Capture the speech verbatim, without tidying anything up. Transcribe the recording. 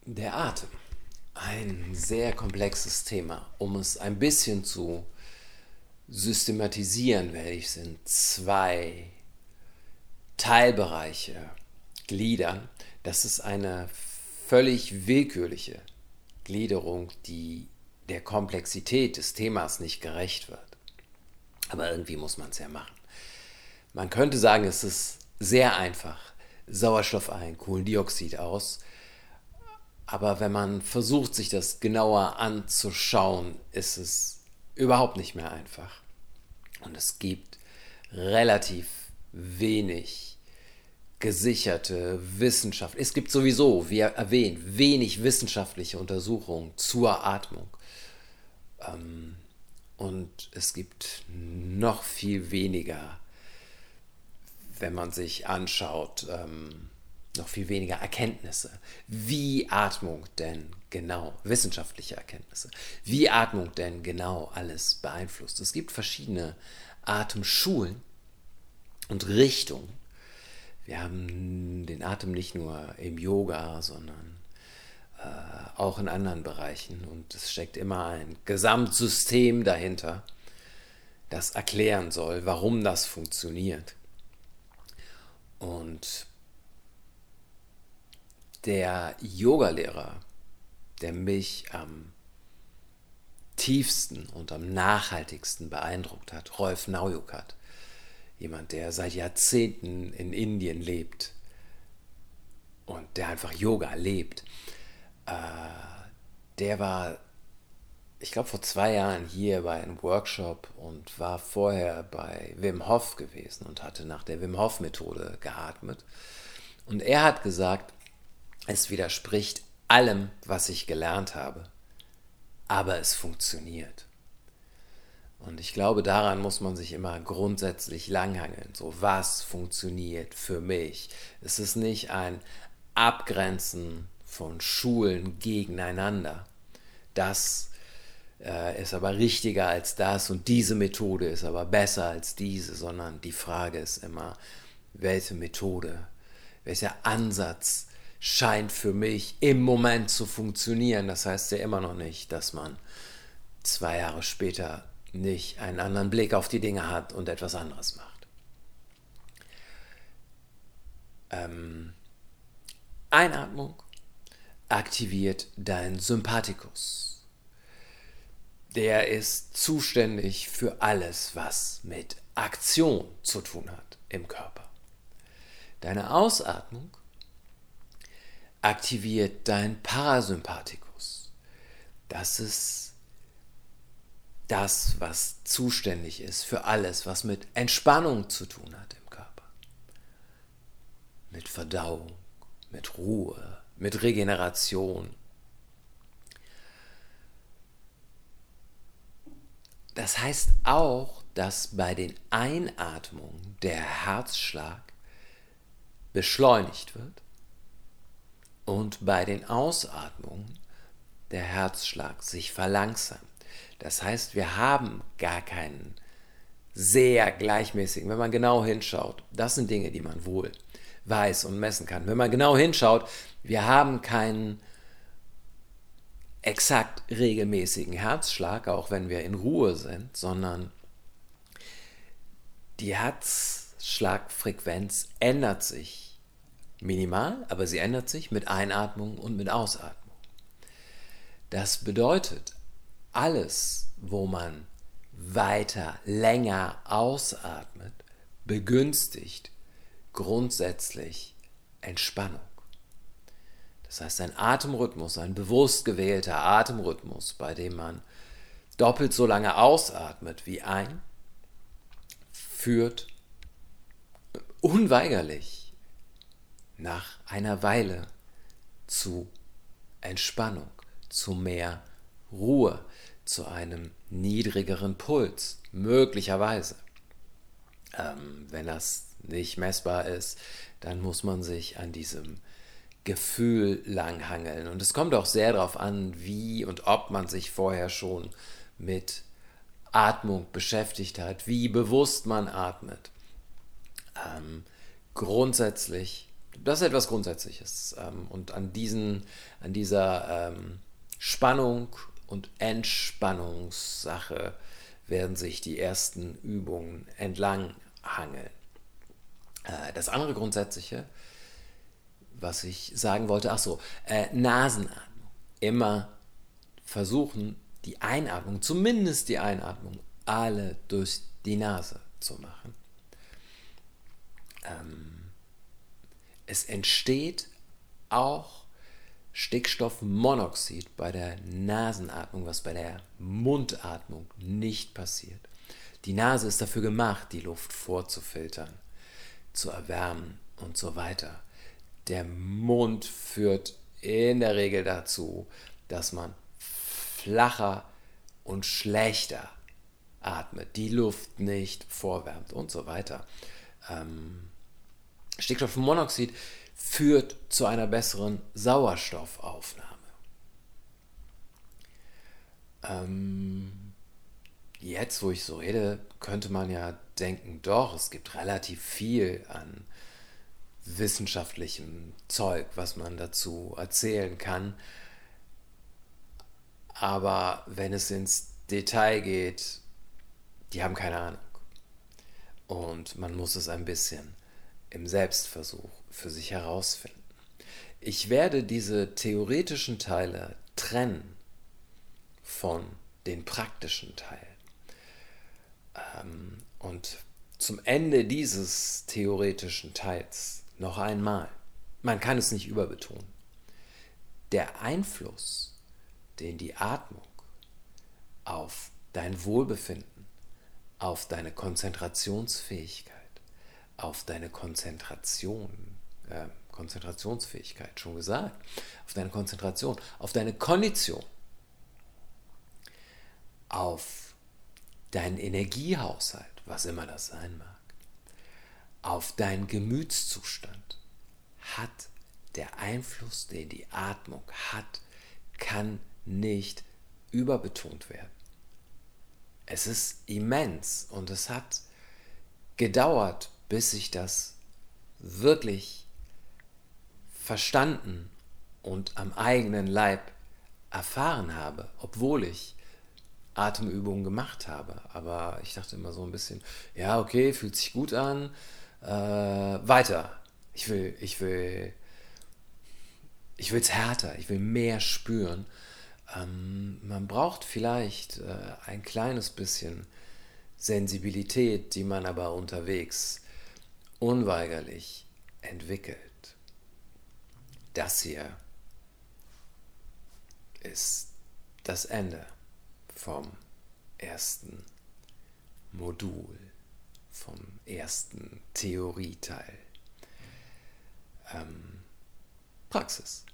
Der Atem. Ein sehr komplexes Thema. Um es ein bisschen zu systematisieren, werde ich es in zwei Teilbereiche gliedern. Das ist eine völlig willkürliche Gliederung, die der Komplexität des Themas nicht gerecht wird. Aber irgendwie muss man es ja machen. Man könnte sagen, es ist sehr einfach. Sauerstoff ein, Kohlendioxid aus. Aber wenn man versucht, sich das genauer anzuschauen, ist es überhaupt nicht mehr einfach. Und es gibt relativ wenig gesicherte Wissenschaft. Es gibt sowieso, wie erwähnt, wenig wissenschaftliche Untersuchungen zur Atmung. Und es gibt noch viel weniger, wenn man sich anschaut, noch viel weniger Erkenntnisse, wie Atmung denn genau, wissenschaftliche Erkenntnisse, wie Atmung denn genau alles beeinflusst. Es gibt verschiedene Atemschulen und Richtungen. Wir haben den Atem nicht nur im Yoga, sondern äh, auch in anderen Bereichen. Und es steckt immer ein Gesamtsystem dahinter, das erklären soll, warum das funktioniert. Und der Yogalehrer, der mich am tiefsten und am nachhaltigsten beeindruckt hat, Rolf Naujokat, jemand, der seit Jahrzehnten in Indien lebt und der einfach Yoga lebt, äh, der war, ich glaube, vor zwei Jahren hier bei einem Workshop und war vorher bei Wim Hof gewesen und hatte nach der Wim Hof Methode geatmet. Und er hat gesagt, es widerspricht allem, was ich gelernt habe, aber es funktioniert. Und ich glaube, daran muss man sich immer grundsätzlich langhangeln. So, was funktioniert für mich? Es ist nicht ein Abgrenzen von Schulen gegeneinander. Das äh, ist aber richtiger als das und diese Methode ist aber besser als diese, sondern die Frage ist immer, welche Methode, welcher Ansatz scheint für mich im Moment zu funktionieren. Das heißt ja immer noch nicht, dass man zwei Jahre später nicht einen anderen Blick auf die Dinge hat und etwas anderes macht. Ähm, Einatmung aktiviert deinen Sympathikus. Der ist zuständig für alles, was mit Aktion zu tun hat im Körper. Deine Ausatmung aktiviert dein Parasympathikus. Das ist das, was zuständig ist für alles, was mit Entspannung zu tun hat im Körper. Mit Verdauung, mit Ruhe, mit Regeneration. Das heißt auch, dass bei den Einatmungen der Herzschlag beschleunigt wird und bei den Ausatmungen der Herzschlag sich verlangsamt. Das heißt, wir haben gar keinen sehr gleichmäßigen, wenn man genau hinschaut, das sind Dinge, die man wohl weiß und messen kann. Wenn man genau hinschaut, wir haben keinen exakt regelmäßigen Herzschlag, auch wenn wir in Ruhe sind, sondern die Herzschlagfrequenz ändert sich minimal, aber sie ändert sich mit Einatmung und mit Ausatmung. Das bedeutet, alles, wo man weiter, länger ausatmet, begünstigt grundsätzlich Entspannung. Das heißt, ein Atemrhythmus, ein bewusst gewählter Atemrhythmus, bei dem man doppelt so lange ausatmet wie ein, führt unweigerlich nach einer Weile zu Entspannung, zu mehr Ruhe, zu einem niedrigeren Puls, möglicherweise. Ähm, wenn das nicht messbar ist, dann muss man sich an diesem Gefühl langhangeln. Und es kommt auch sehr darauf an, wie und ob man sich vorher schon mit Atmung beschäftigt hat, wie bewusst man atmet. Ähm, grundsätzlich das ist etwas Grundsätzliches. Ähm, und an, diesen, an dieser ähm, Spannung und Entspannungssache werden sich die ersten Übungen entlang hangeln. Äh, das andere Grundsätzliche, was ich sagen wollte, ach so, äh, Nasenatmung. Immer versuchen, die Einatmung, zumindest die Einatmung, alle durch die Nase zu machen. Ähm, es entsteht auch Stickstoffmonoxid bei der Nasenatmung, was bei der Mundatmung nicht passiert. Die Nase ist dafür gemacht, die Luft vorzufiltern, zu erwärmen und so weiter. Der Mund führt in der Regel dazu, dass man flacher und schlechter atmet, die Luft nicht vorwärmt und so weiter. Ähm, Stickstoffmonoxid führt zu einer besseren Sauerstoffaufnahme. Ähm, jetzt, wo ich so rede, könnte man ja denken, doch, es gibt relativ viel an wissenschaftlichem Zeug, was man dazu erzählen kann. Aber wenn es ins Detail geht, die haben keine Ahnung. Und man muss es ein bisschen im Selbstversuch für sich herausfinden. Ich werde diese theoretischen Teile trennen von den praktischen Teilen. Ähm, und zum Ende dieses theoretischen Teils noch einmal, man kann es nicht überbetonen, der Einfluss, den die Atmung auf dein Wohlbefinden, auf deine Konzentrationsfähigkeit, auf deine Konzentration, äh, Konzentrationsfähigkeit, schon gesagt, auf deine Konzentration, auf deine Kondition, auf deinen Energiehaushalt, was immer das sein mag, auf deinen Gemütszustand hat der Einfluss, den die Atmung hat, kann nicht überbetont werden. Es ist immens und es hat gedauert, bis ich das wirklich verstanden und am eigenen Leib erfahren habe, obwohl ich Atemübungen gemacht habe. Aber ich dachte immer so ein bisschen, ja, okay, fühlt sich gut an, äh, weiter. Ich will, ich will, ich will es härter, ich will mehr spüren. Ähm, man braucht vielleicht äh, ein kleines bisschen Sensibilität, die man aber unterwegs unweigerlich entwickelt. Das hier ist das Ende vom ersten Modul, vom ersten Theorieteil. Ähm, Praxis.